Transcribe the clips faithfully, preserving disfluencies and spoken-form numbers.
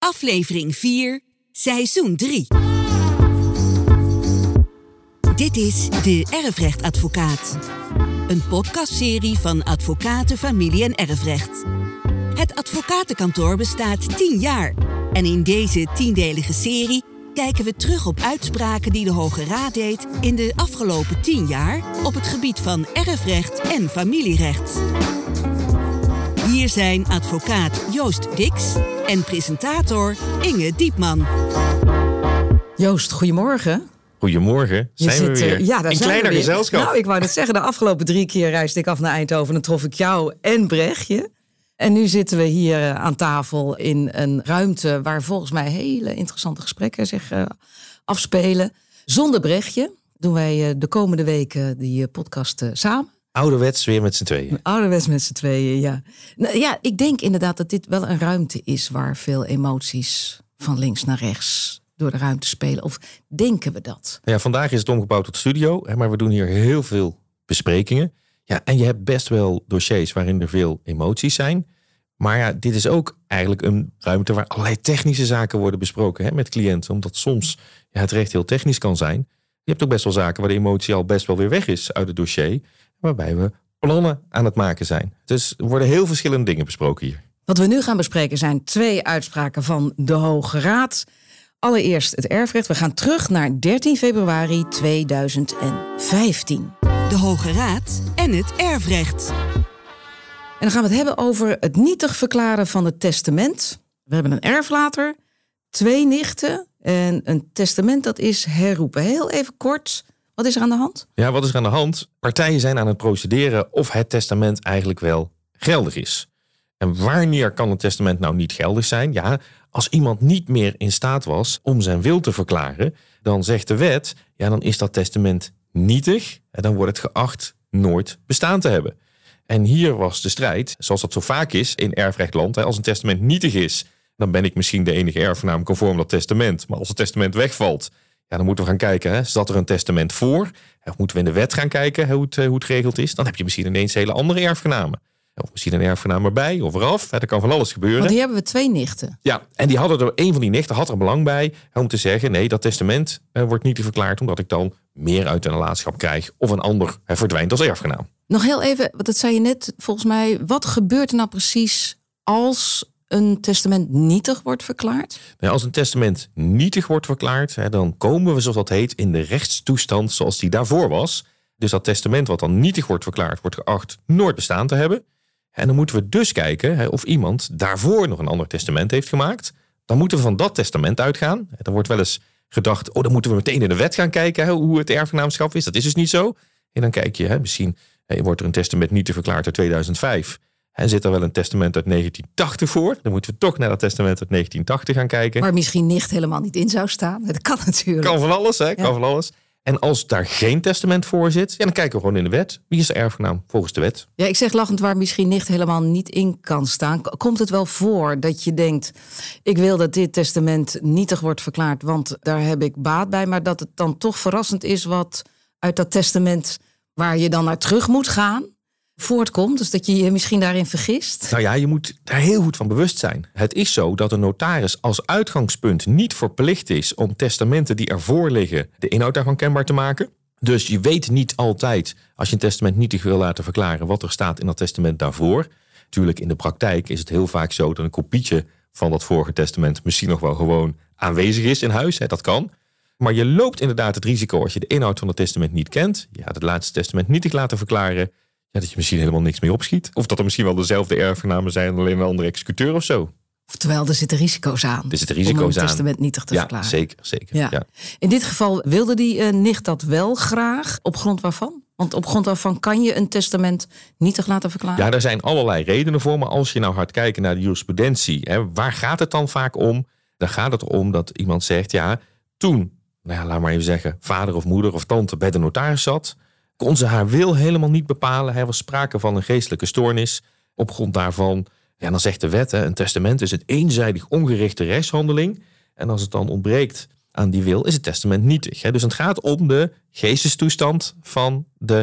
Aflevering vier, seizoen drie. Dit is De Erfrechtadvocaat. Een podcastserie van advocaten, familie en erfrecht. Het advocatenkantoor bestaat tien jaar. En in deze tiendelige serie kijken we terug op uitspraken die de Hoge Raad deed in de afgelopen tien jaar op het gebied van erfrecht en familierecht. Hier zijn advocaat Joost Dix en presentator Inge Diepman. Joost, goedemorgen. Goedemorgen, zijn zit, we weer. Ja, daar in zijn kleiner we weer. gezelschap. Nou, ik wou net zeggen, de afgelopen drie keer reisde ik af naar Eindhoven. Dan trof ik jou en Brechtje. En nu zitten we hier aan tafel in een ruimte waar volgens mij hele interessante gesprekken zich uh, afspelen. Zonder Brechtje doen wij uh, de komende weken die uh, podcast uh, samen. Ouderwets weer met z'n tweeën. Ouderwets met z'n tweeën, ja. Nou, ja, ik denk inderdaad dat dit wel een ruimte is waar veel emoties van links naar rechts door de ruimte spelen. Of denken we dat? Ja, vandaag is het omgebouwd tot studio, maar we doen hier heel veel besprekingen. Ja, en je hebt best wel dossiers waarin er veel emoties zijn. Maar ja, dit is ook eigenlijk een ruimte waar allerlei technische zaken worden besproken hè, met cliënten. Omdat soms ja, het recht heel technisch kan zijn. Je hebt ook best wel zaken waar de emotie al best wel weer weg is uit het dossier. Waarbij we plannen aan het maken zijn. Dus er worden heel verschillende dingen besproken hier. Wat we nu gaan bespreken zijn twee uitspraken van de Hoge Raad. Allereerst het erfrecht. We gaan terug naar dertien februari tweeduizend vijftien. De Hoge Raad en het erfrecht. En dan gaan we het hebben over het nietig verklaren van het testament. We hebben een erflater, twee nichten en een testament dat is herroepen. Heel even kort, wat is er aan de hand? Ja, wat is er aan de hand? Partijen zijn aan het procederen of het testament eigenlijk wel geldig is. En wanneer kan het testament nou niet geldig zijn? Ja, als iemand niet meer in staat was om zijn wil te verklaren, dan zegt de wet, ja, dan is dat testament nietig en dan wordt het geacht nooit bestaan te hebben. En hier was de strijd, zoals dat zo vaak is in erfrechtland. Als een testament nietig is, dan ben ik misschien de enige erfgenaam conform dat testament. Maar als het testament wegvalt, ja, dan moeten we gaan kijken, hè, zat er een testament voor? Of moeten we in de wet gaan kijken hoe het, hoe het geregeld is? Dan heb je misschien ineens hele andere erfgenamen. Of misschien een erfgenaam erbij of eraf. Er kan van alles gebeuren. Want hier hebben we twee nichten. Ja, en die hadden er, een van die nichten had er belang bij om te zeggen, nee, dat testament eh, wordt niet verklaard omdat ik dan meer uit de nalatenschap krijg of een ander eh, verdwijnt als erfgenaam. Nog heel even, want dat zei je net volgens mij. Wat gebeurt er nou precies als een testament nietig wordt verklaard? Nou, als een testament nietig wordt verklaard, hè, dan komen we, zoals dat heet, in de rechtstoestand zoals die daarvoor was. Dus dat testament wat dan nietig wordt verklaard, wordt geacht nooit bestaan te hebben. En dan moeten we dus kijken hè, of iemand daarvoor nog een ander testament heeft gemaakt. Dan moeten we van dat testament uitgaan. Dan wordt wel eens gedacht, oh, dan moeten we meteen in de wet gaan kijken hè, hoe het erfgenaamschap is. Dat is dus niet zo. En dan kijk je, hè, misschien hè, wordt er een testament nietig verklaard uit tweeduizend vijf. En zit er wel een testament uit negentien tachtig voor. Dan moeten we toch naar dat testament uit negentien tachtig gaan kijken. Waar misschien nicht helemaal niet in zou staan. Dat kan natuurlijk. Kan van alles, hè? Kan Ja. van alles. En als daar geen testament voor zit, ja, dan kijken we gewoon in de wet. Wie is de erfgenaam volgens de wet? Ja, ik zeg lachend waar misschien nicht helemaal niet in kan staan. Komt het wel voor dat je denkt, ik wil dat dit testament nietig wordt verklaard, want daar heb ik baat bij. Maar dat het dan toch verrassend is wat uit dat testament waar je dan naar terug moet gaan, voortkomt. Dus dat je je misschien daarin vergist. Nou ja, je moet daar heel goed van bewust zijn. Het is zo dat een notaris als uitgangspunt niet verplicht is om testamenten die ervoor liggen de inhoud daarvan kenbaar te maken. Dus je weet niet altijd, als je een testament nietig wil laten verklaren, wat er staat in dat testament daarvoor. Tuurlijk, in de praktijk is het heel vaak zo dat een kopietje van dat vorige testament misschien nog wel gewoon aanwezig is in huis. Hè, dat kan. Maar je loopt inderdaad het risico als je de inhoud van het testament niet kent. Je gaat het laatste testament nietig laten verklaren. Ja, dat je misschien helemaal niks mee opschiet. Of dat er misschien wel dezelfde erfgenamen zijn, alleen een andere executeur of zo. Oftewel, er zitten risico's aan. Er zitten risico's om een aan. testament nietig te ja, verklaren. Zeker, zeker. Ja. Ja. In dit geval wilde die uh, nicht dat wel graag. Op grond waarvan? Want op grond waarvan kan je een testament nietig laten verklaren? Ja, daar zijn allerlei redenen voor. Maar als je nou gaat kijken naar de jurisprudentie, hè, waar gaat het dan vaak om? Dan gaat het erom dat iemand zegt, ja, toen, nou ja, laat maar even zeggen, vader of moeder of tante bij de notaris zat, kon ze haar wil helemaal niet bepalen. Er was sprake van een geestelijke stoornis. Op grond daarvan, ja, dan zegt de wet, hè, een testament is een eenzijdig ongerichte rechtshandeling. En als het dan ontbreekt aan die wil, is het testament nietig. Hè. Dus het gaat om de geestestoestand van de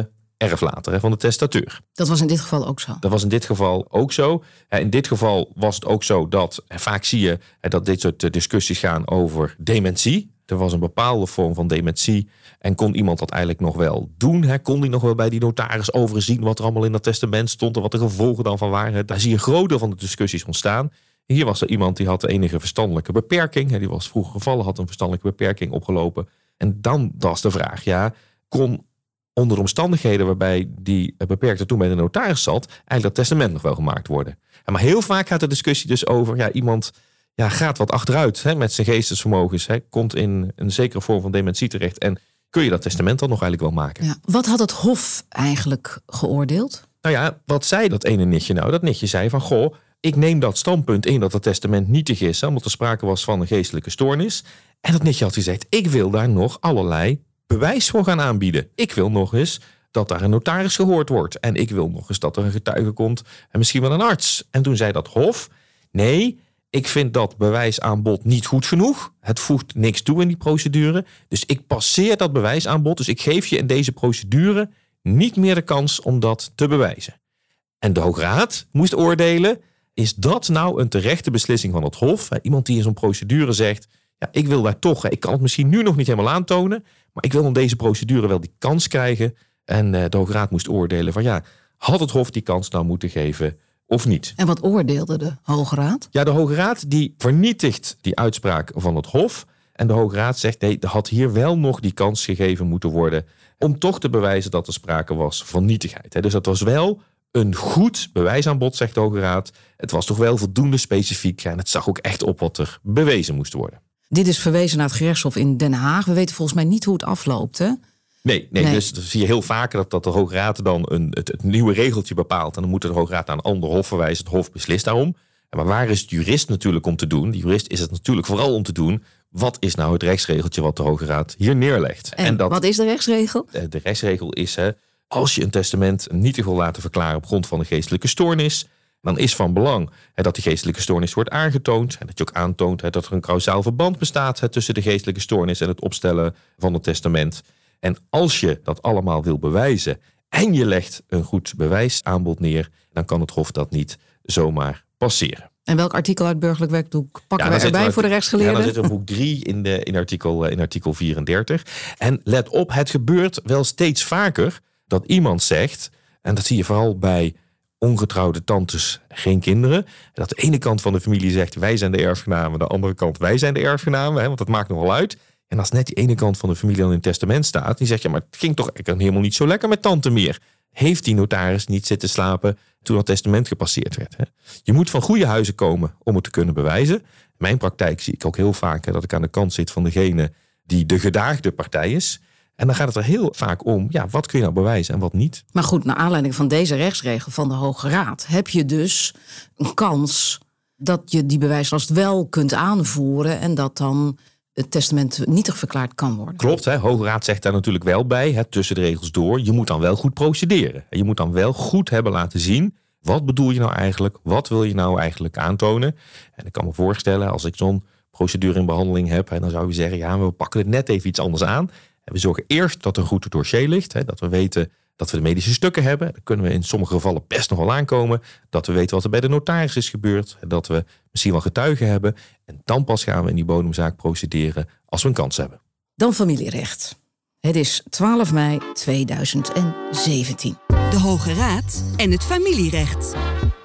erflater, hè, van de testateur. Dat was in dit geval ook zo. Dat was in dit geval ook zo. In dit geval was het ook zo dat, vaak zie je dat dit soort discussies gaan over dementie. Er was een bepaalde vorm van dementie. En kon iemand dat eigenlijk nog wel doen? Hè? Kon hij nog wel bij die notaris overzien wat er allemaal in dat testament stond en wat de gevolgen dan van waren? Daar zie je een groot deel van de discussies ontstaan. Hier was er iemand die had de enige verstandelijke beperking. Die was vroeger gevallen, had een verstandelijke beperking opgelopen. En dan was de vraag, ja, kon onder de omstandigheden waarbij die beperkte toen bij de notaris zat, eigenlijk dat testament nog wel gemaakt worden? En maar heel vaak gaat de discussie dus over, ja, iemand ja, gaat wat achteruit hè, met zijn geestesvermogens, hè, komt in een zekere vorm van dementie terecht. En kun je dat testament dan nog eigenlijk wel maken? Ja. Wat had het Hof eigenlijk geoordeeld? Nou ja, wat zei dat ene nichtje nou? Dat nichtje zei van, goh, ik neem dat standpunt in dat het testament nietig is, hè, omdat er sprake was van een geestelijke stoornis. En dat nichtje had gezegd, ik wil daar nog allerlei bewijs voor gaan aanbieden. Ik wil nog eens dat daar een notaris gehoord wordt. En ik wil nog eens dat er een getuige komt en misschien wel een arts. En toen zei dat Hof, nee, ik vind dat bewijsaanbod niet goed genoeg. Het voegt niks toe in die procedure. Dus ik passeer dat bewijsaanbod. Dus ik geef je in deze procedure niet meer de kans om dat te bewijzen. En de Hoge Raad moest oordelen, is dat nou een terechte beslissing van het Hof? Iemand die in zo'n procedure zegt, ja, ik wil daar toch, ik kan het misschien nu nog niet helemaal aantonen, maar ik wil in deze procedure wel die kans krijgen. En de Hoge Raad moest oordelen van, ja, had het Hof die kans nou moeten geven of niet? En wat oordeelde de Hoge Raad? Ja, de Hoge Raad die vernietigt die uitspraak van het Hof. En de Hoge Raad zegt, nee, er had hier wel nog die kans gegeven moeten worden om toch te bewijzen dat er sprake was van nietigheid. Dus dat was wel een goed bewijsaanbod, zegt de Hoge Raad. Het was toch wel voldoende specifiek en het zag ook echt op wat er bewezen moest worden. Dit is verwezen naar het gerechtshof in Den Haag. We weten volgens mij niet hoe het afloopt, hè? Nee, nee, nee. Dus dan zie je heel vaak dat, dat de Hoge Raad dan een, het, het nieuwe regeltje bepaalt. En dan moet de Hoge Raad naar een ander hof verwijzen. Het Hof beslist daarom. Maar waar is de jurist natuurlijk om te doen? De jurist is het natuurlijk vooral om te doen, wat is nou het rechtsregeltje wat de Hoge Raad hier neerlegt? En, en dat, wat is de rechtsregel? De, de rechtsregel is, hè, als je een testament nietig wil laten verklaren op grond van een geestelijke stoornis, dan is van belang hè, dat die geestelijke stoornis wordt aangetoond. En dat je ook aantoont hè, dat er een kausaal verband bestaat hè, tussen de geestelijke stoornis en het opstellen van het testament. En als je dat allemaal wil bewijzen en je legt een goed bewijsaanbod neer, dan kan het Hof dat niet zomaar passeren. En welk artikel uit burgerlijk wetboek pakken ja, we erbij voor de rechtsgeleerden? Ja, dan zit er boek drie in, de, in, artikel, in artikel vierendertig. En let op, het gebeurt wel steeds vaker dat iemand zegt, en dat zie je vooral bij ongetrouwde tantes, geen kinderen, dat de ene kant van de familie zegt, wij zijn de erfgenamen, de andere kant, wij zijn de erfgenamen, hè, want dat maakt nogal uit. En als net die ene kant van de familie dan in het testament staat, die zegt, ja, maar het ging toch helemaal niet zo lekker met tante meer. Heeft die notaris niet zitten slapen toen dat testament gepasseerd werd? Hè? Je moet van goede huizen komen om het te kunnen bewijzen. In mijn praktijk zie ik ook heel vaak hè, dat ik aan de kant zit van degene die de gedaagde partij is. En dan gaat het er heel vaak om, ja, wat kun je nou bewijzen en wat niet? Maar goed, naar aanleiding van deze rechtsregel van de Hoge Raad heb je dus een kans dat je die bewijslast wel kunt aanvoeren en dat dan het testament nietig verklaard kan worden. Klopt, hè? Hoge Raad zegt daar natuurlijk wel bij, hè, tussen de regels door. Je moet dan wel goed procederen. Je moet dan wel goed hebben laten zien, wat bedoel je nou eigenlijk? Wat wil je nou eigenlijk aantonen? En ik kan me voorstellen, als ik zo'n procedure in behandeling heb, hè, dan zou je zeggen, ja, we pakken het net even iets anders aan. En we zorgen eerst dat er een goed dossier ligt, hè, dat we weten dat we de medische stukken hebben. Dan kunnen we in sommige gevallen best nog wel aankomen. Dat we weten wat er bij de notaris is gebeurd. Dat we misschien wel getuigen hebben. En dan pas gaan we in die bodemzaak procederen als we een kans hebben. Dan familierecht. Het is twaalf mei tweeduizend zeventien. De Hoge Raad en het familierecht.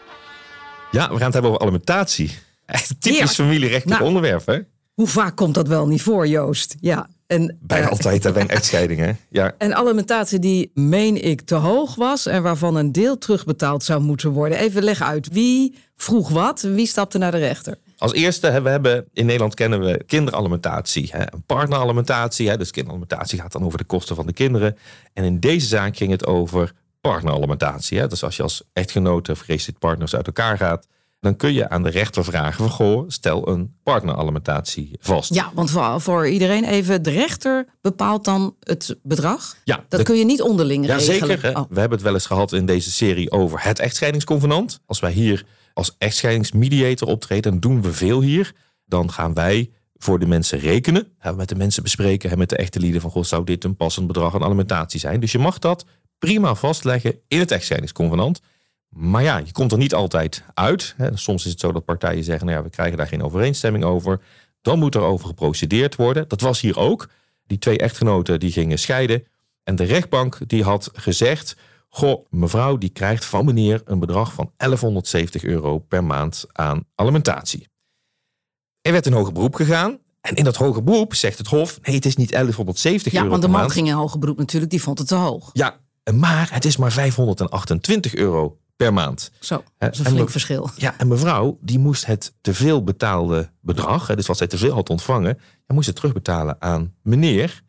Ja, we gaan het hebben over alimentatie. Echt een typisch ja. familierechtelijk nou, onderwerp, hè? Hoe vaak komt dat wel niet voor, Joost? Ja. En, Bijna uh, altijd, hè, bij een echtscheiding, hè? Ja. En alimentatie die, meen ik, te hoog was en waarvan een deel terugbetaald zou moeten worden. Even leg uit, wie vroeg wat? Wie stapte naar de rechter? Als eerste, we hebben in Nederland kennen we kinderalimentatie, hè, partneralimentatie. Hè, dus kinderalimentatie gaat dan over de kosten van de kinderen. En in deze zaak ging het over partneralimentatie. Hè. Dus als je als echtgenote of geregistreerd partners uit elkaar gaat, dan kun je aan de rechter vragen van, goh, stel een partneralimentatie vast. Ja, want voor, voor iedereen even, de rechter bepaalt dan het bedrag? Ja. Dat de, kun je niet onderling ja, regelen? Zeker. Hè. Oh. We hebben het wel eens gehad in deze serie over het echtscheidingsconvenant. Als wij hier als echtscheidingsmediator optreden, dan doen we veel hier. Dan gaan wij voor de mensen rekenen. Gaan we met de mensen bespreken en met de echte lieden van, goh, zou dit een passend bedrag aan alimentatie zijn? Dus je mag dat prima vastleggen in het echtscheidingsconvenant. Maar ja, je komt er niet altijd uit. Hè. Soms is het zo dat partijen zeggen, nou ja, we krijgen daar geen overeenstemming over. Dan moet er over geprocedeerd worden. Dat was hier ook. Die twee echtgenoten die gingen scheiden. En de rechtbank die had gezegd, goh, mevrouw die krijgt van meneer een bedrag van elfhonderdzeventig euro per maand aan alimentatie. Er werd in hoger beroep gegaan. En in dat hoger beroep zegt het Hof, nee, het is niet elfhonderdzeventig ja, euro want de per man maand. ging in hoger beroep natuurlijk, die vond het te hoog. Ja, maar het is maar vijfhonderdachtentwintig euro per maand. Zo, dat is een en flink me- verschil. Ja, en mevrouw die moest het te veel betaalde bedrag, hè, dus wat zij te veel had ontvangen, en moest het terugbetalen aan meneer.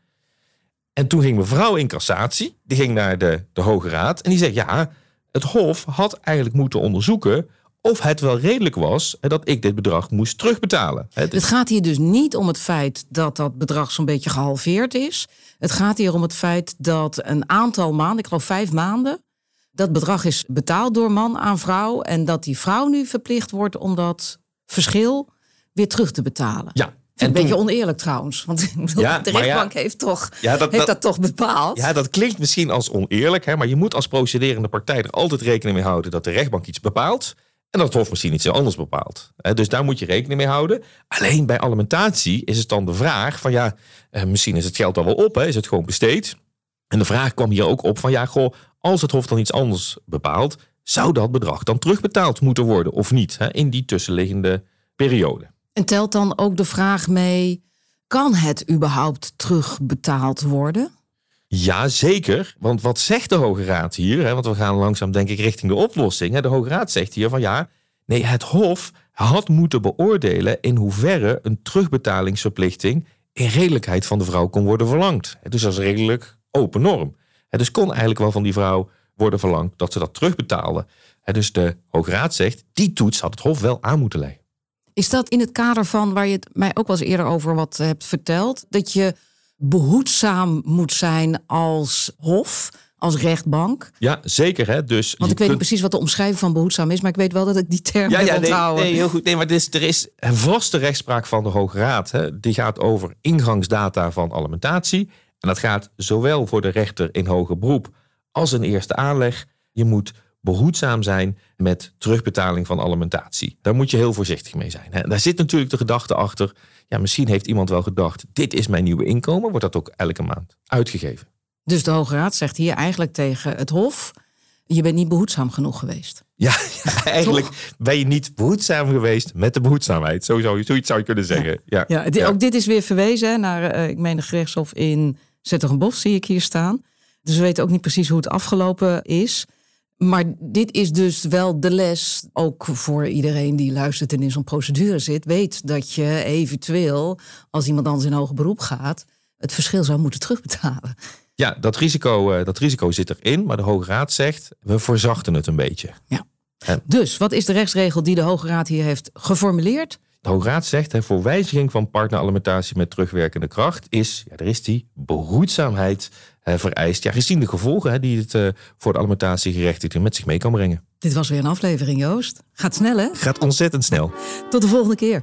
En toen ging mevrouw in cassatie, die ging naar de, de Hoge Raad en die zei, ja, het Hof had eigenlijk moeten onderzoeken of het wel redelijk was dat ik dit bedrag moest terugbetalen. Het Het gaat hier dus niet om het feit dat dat bedrag zo'n beetje gehalveerd is. Het gaat hier om het feit dat een aantal maanden, ik geloof vijf maanden, dat bedrag is betaald door man aan vrouw. En dat die vrouw nu verplicht wordt om dat verschil weer terug te betalen. Ja. En een toen- beetje oneerlijk trouwens. Want ik bedoel, Ja, de maar ja. rechtbank heeft, toch, Ja, dat- heeft dat- dat toch bepaald. Ja, dat klinkt misschien als oneerlijk, hè, maar je moet als procederende partij er altijd rekening mee houden dat de rechtbank iets bepaalt en dat het Hof misschien iets anders bepaalt. Hè, dus daar moet je rekening mee houden. Alleen bij alimentatie is het dan de vraag van ja, eh, misschien is het geld al wel op, hè, is het gewoon besteed? En de vraag kwam hier ook op van ja, goh, als het Hof dan iets anders bepaalt, zou dat bedrag dan terugbetaald moeten worden of niet, hè, in die tussenliggende periode? En telt dan ook de vraag mee, kan het überhaupt terugbetaald worden? Ja, zeker. Want wat zegt de Hoge Raad hier? Hè? Want we gaan langzaam denk ik richting de oplossing. Hè? De Hoge Raad zegt hier van ja, nee, het Hof had moeten beoordelen in hoeverre een terugbetalingsverplichting in redelijkheid van de vrouw kon worden verlangd. Dus dat is redelijk open norm. Dus kon eigenlijk wel van die vrouw worden verlangd dat ze dat terugbetaalde. Dus de Hoge Raad zegt, die toets had het Hof wel aan moeten leggen. Is dat in het kader van waar je het mij ook wel eens eerder over wat hebt verteld, dat je behoedzaam moet zijn als hof, als rechtbank? Ja, zeker. Hè? Dus Want je ik weet niet kunt- precies wat de omschrijving van behoedzaam is, maar ik weet wel dat ik die term Ja, heb ja, nee, onthouden. nee, heel goed. Nee, maar er is, er is een vaste rechtspraak van de Hoge Raad. Hè. Die gaat over ingangsdata van alimentatie. En dat gaat zowel voor de rechter in hoger beroep als in eerste aanleg. Je moet behoedzaam zijn met terugbetaling van alimentatie. Daar moet je heel voorzichtig mee zijn. Hè. Daar zit natuurlijk de gedachte achter. Ja, misschien heeft iemand wel gedacht, dit is mijn nieuwe inkomen. Wordt dat ook elke maand uitgegeven. Dus de Hoge Raad zegt hier eigenlijk tegen het Hof, je bent niet behoedzaam genoeg geweest. Ja, ja eigenlijk ben je niet behoedzaam geweest met de behoedzaamheid. Zo zou je, zoiets zou je kunnen zeggen. Ja, Ja, dit, ook dit is weer verwezen hè, naar, uh, ik meen de gerechtshof in Z'Hertogenbosch, zie ik hier staan. Dus we weten ook niet precies hoe het afgelopen is. Maar dit is dus wel de les, ook voor iedereen die luistert en in zo'n procedure zit, weet dat je eventueel, als iemand anders in hoger beroep gaat, het verschil zou moeten terugbetalen. Ja, dat risico, uh, dat risico zit erin. Maar de Hoge Raad zegt, we verzachten het een beetje. Ja. En Dus wat is de rechtsregel die de Hoge Raad hier heeft geformuleerd? de Hoge Raad zegt, hè, voor wijziging van partneralimentatie met terugwerkende kracht is, ja, er is die behoedzaamheid uh, vereist. Ja, gezien de gevolgen hè, die het uh, voor de alimentatiegerechtigden met zich mee kan brengen. Dit was weer een aflevering, Joost. Gaat snel, hè? Gaat ontzettend snel. Tot de volgende keer.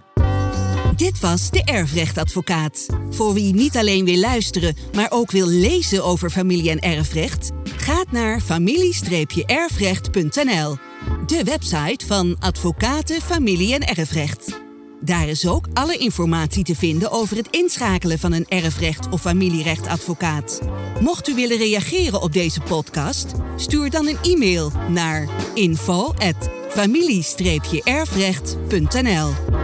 Dit was de Erfrechtadvocaat. Voor wie niet alleen wil luisteren, maar ook wil lezen over familie- en erfrecht, gaat naar familie erfrecht punt n l, de website van Advocaten Familie- en Erfrecht. Daar is ook alle informatie te vinden over het inschakelen van een erfrecht- of familierechtadvocaat. Mocht u willen reageren op deze podcast, stuur dan een e-mail naar info at familie erfrecht punt n l.